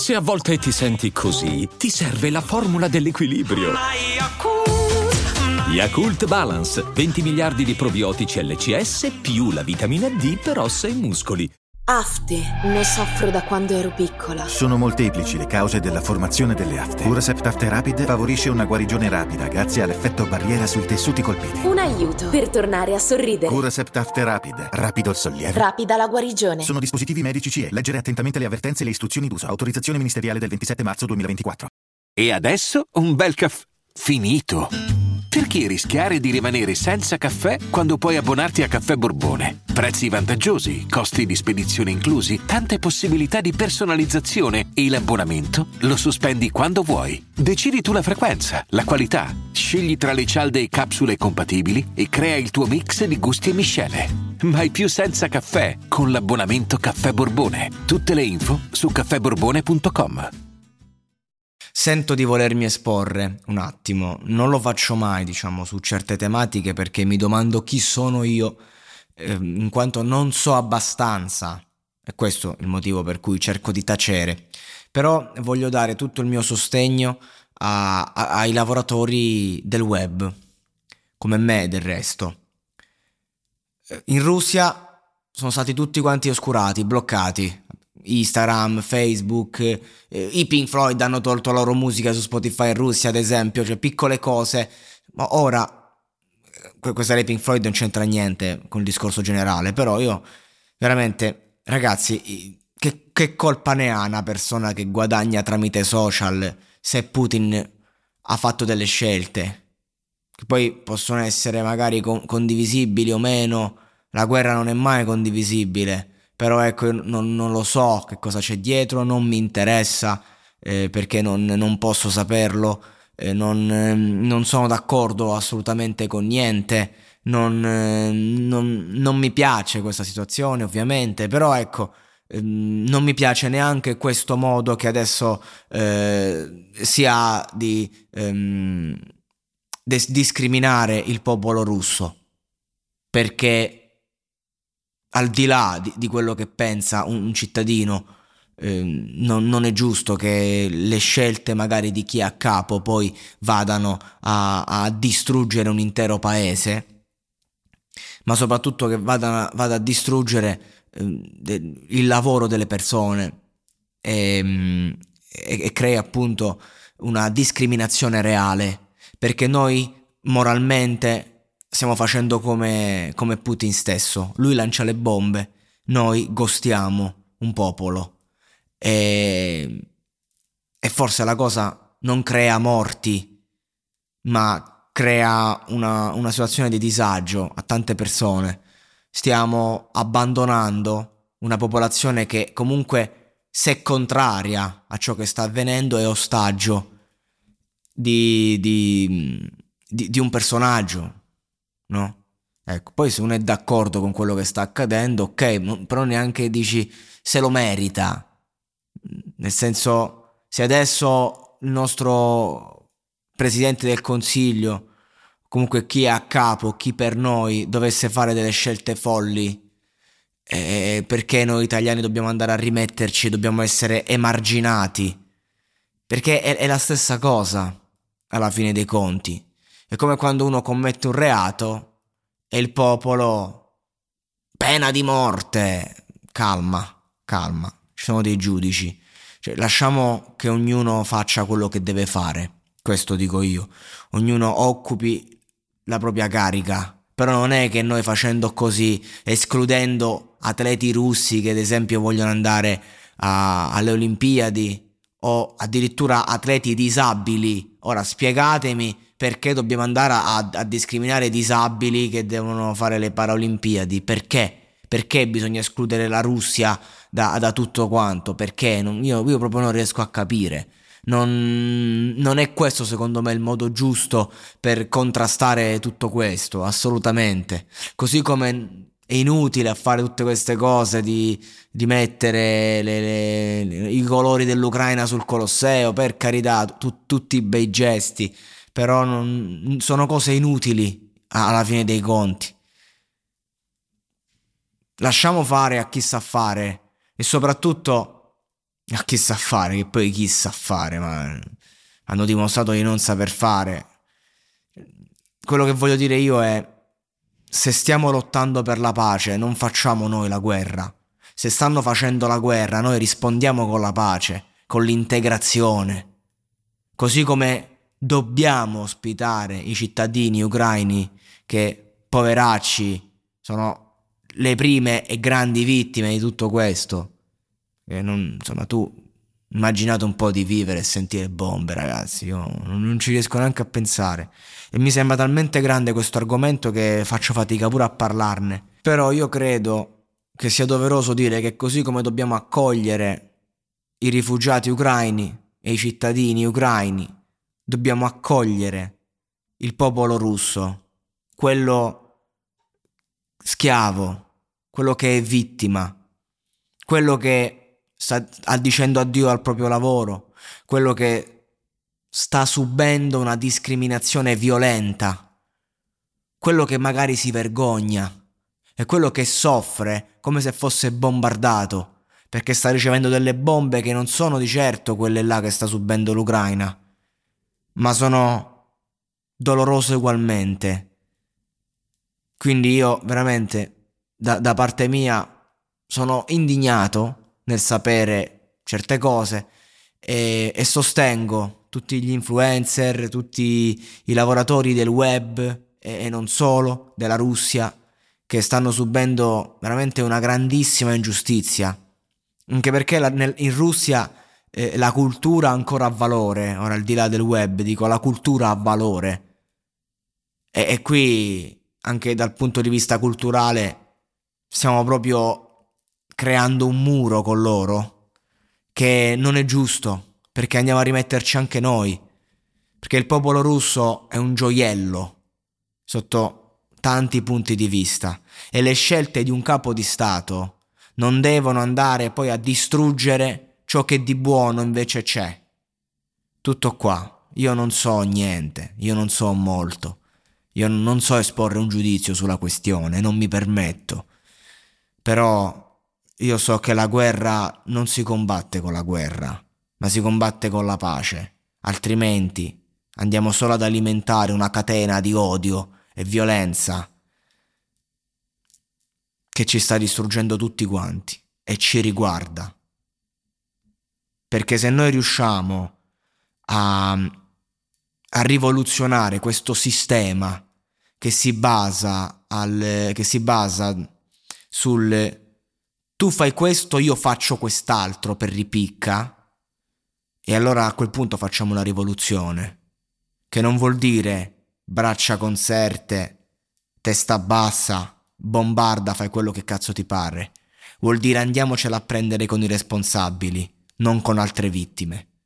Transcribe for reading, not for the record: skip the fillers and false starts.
Se a volte ti senti così, ti serve la formula dell'equilibrio. Yakult Balance, 20 miliardi di probiotici LCS più la vitamina D per ossa e muscoli. Afte, ne soffro da quando ero piccola. Sono molteplici le cause della formazione delle afte. Curacept Afte Rapid favorisce una guarigione rapida grazie all'effetto barriera sui tessuti colpiti. Un aiuto per tornare a sorridere. Curacept Afte Rapid, rapido il sollievo. Rapida la guarigione. Sono dispositivi medici CE. Leggere attentamente le avvertenze e le istruzioni d'uso. Autorizzazione ministeriale del 27 marzo 2024. E adesso un bel caffè finito. Perché rischiare di rimanere senza caffè quando puoi abbonarti a Caffè Borbone? Prezzi vantaggiosi, costi di spedizione inclusi, tante possibilità di personalizzazione e l'abbonamento lo sospendi quando vuoi. Decidi tu la frequenza, la qualità, scegli tra le cialde e capsule compatibili e crea il tuo mix di gusti e miscele. Mai più senza caffè con l'abbonamento Caffè Borbone. Tutte le info su caffèborbone.com. Sento di volermi esporre un attimo, non lo faccio mai, diciamo, su certe tematiche perché mi domando chi sono io, in quanto non so abbastanza, e questo è il motivo per cui cerco di tacere, però voglio dare tutto il mio sostegno ai lavoratori del web, come me del resto. In Russia sono stati tutti quanti oscurati, bloccati. Instagram, Facebook, i Pink Floyd hanno tolto la loro musica su Spotify in Russia, ad esempio, cioè piccole cose. Ma ora questa dei Pink Floyd non c'entra niente con il discorso generale, però io veramente, ragazzi, che colpa ne ha una persona che guadagna tramite social se Putin ha fatto delle scelte che poi possono essere magari condivisibili o meno? La guerra non è mai condivisibile. Però ecco, io non lo so che cosa c'è dietro, non mi interessa, perché non posso saperlo, non sono d'accordo assolutamente con niente, non mi piace questa situazione ovviamente, però ecco, non mi piace neanche questo modo che adesso si ha di discriminare il popolo russo, perché al di là di quello che pensa un cittadino, non è giusto che le scelte magari di chi è a capo poi vadano a distruggere un intero paese, ma soprattutto che vada a distruggere il lavoro delle persone e crea appunto una discriminazione reale, perché noi moralmente stiamo facendo come Putin stesso. Lui lancia le bombe, noi ghostiamo un popolo e forse la cosa non crea morti, ma crea una situazione di disagio a tante persone. Stiamo abbandonando una popolazione che comunque, se contraria a ciò che sta avvenendo, è ostaggio di un personaggio, no? Ecco, poi se uno è d'accordo con quello che sta accadendo, ok, però neanche dici se lo merita. Nel senso, se adesso il nostro Presidente del Consiglio, comunque chi è a capo, chi per noi, dovesse fare delle scelte folli, perché noi italiani dobbiamo andare a rimetterci, dobbiamo essere emarginati? Perché è la stessa cosa alla fine dei conti. È come quando uno commette un reato e il popolo, pena di morte, calma, ci sono dei giudici, cioè lasciamo che ognuno faccia quello che deve fare, questo dico io, ognuno occupi la propria carica, però non è che noi facendo così, escludendo atleti russi che ad esempio vogliono andare alle Olimpiadi o addirittura atleti disabili, ora spiegatemi perché dobbiamo andare a discriminare i disabili che devono fare le Paralimpiadi? Perché bisogna escludere la Russia da tutto quanto? Perché? Io proprio non riesco a capire. Non è questo secondo me il modo giusto per contrastare tutto questo, assolutamente. Così come è inutile a fare tutte queste cose di mettere i colori dell'Ucraina sul Colosseo, per carità, tutti bei gesti, però sono cose inutili alla fine dei conti. Lasciamo fare a chi sa fare e soprattutto A chi sa fare, che poi chi sa fare, ma hanno dimostrato di non saper fare. Quello che voglio dire io è: se stiamo lottando per la pace, non facciamo noi la guerra. Se stanno facendo la guerra, noi rispondiamo con la pace, con l'integrazione. Così come dobbiamo ospitare i cittadini ucraini che, poveracci, sono le prime e grandi vittime di tutto questo. Insomma, tu immaginate un po' di vivere e sentire bombe, ragazzi. Io non ci riesco neanche a pensare. E mi sembra talmente grande questo argomento che faccio fatica pure a parlarne. Però io credo che sia doveroso dire che così come dobbiamo accogliere i rifugiati ucraini e i cittadini ucraini, dobbiamo accogliere il popolo russo, quello schiavo, quello che è vittima, quello che sta dicendo addio al proprio lavoro, quello che sta subendo una discriminazione violenta, quello che magari si vergogna, è quello che soffre come se fosse bombardato, perché sta ricevendo delle bombe che non sono di certo quelle là che sta subendo l'Ucraina, ma sono dolorose ugualmente. Quindi io veramente, da parte mia, sono indignato nel sapere certe cose e sostengo tutti gli influencer, tutti i lavoratori del web e non solo, della Russia, che stanno subendo veramente una grandissima ingiustizia, anche perché in Russia la cultura ancora ha valore. Ora, al di là del web, dico, la cultura ha valore, e qui anche dal punto di vista culturale stiamo proprio creando un muro con loro che non è giusto, perché andiamo a rimetterci anche noi, perché il popolo russo è un gioiello sotto tanti punti di vista, e le scelte di un capo di Stato non devono andare poi a distruggere ciò che di buono invece c'è. Tutto qua. Io non so niente, io non so molto, io non so esporre un giudizio sulla questione, non mi permetto. Però io so che la guerra non si combatte con la guerra, ma si combatte con la pace, altrimenti andiamo solo ad alimentare una catena di odio e violenza che ci sta distruggendo tutti quanti e ci riguarda. Perché se noi riusciamo a rivoluzionare questo sistema che si basa sul tu fai questo, io faccio quest'altro per ripicca, e allora a quel punto facciamo una rivoluzione, che non vuol dire braccia conserte, testa bassa, bombarda, fai quello che cazzo ti pare. Vuol dire andiamocela a prendere con i responsabili, non con altre vittime.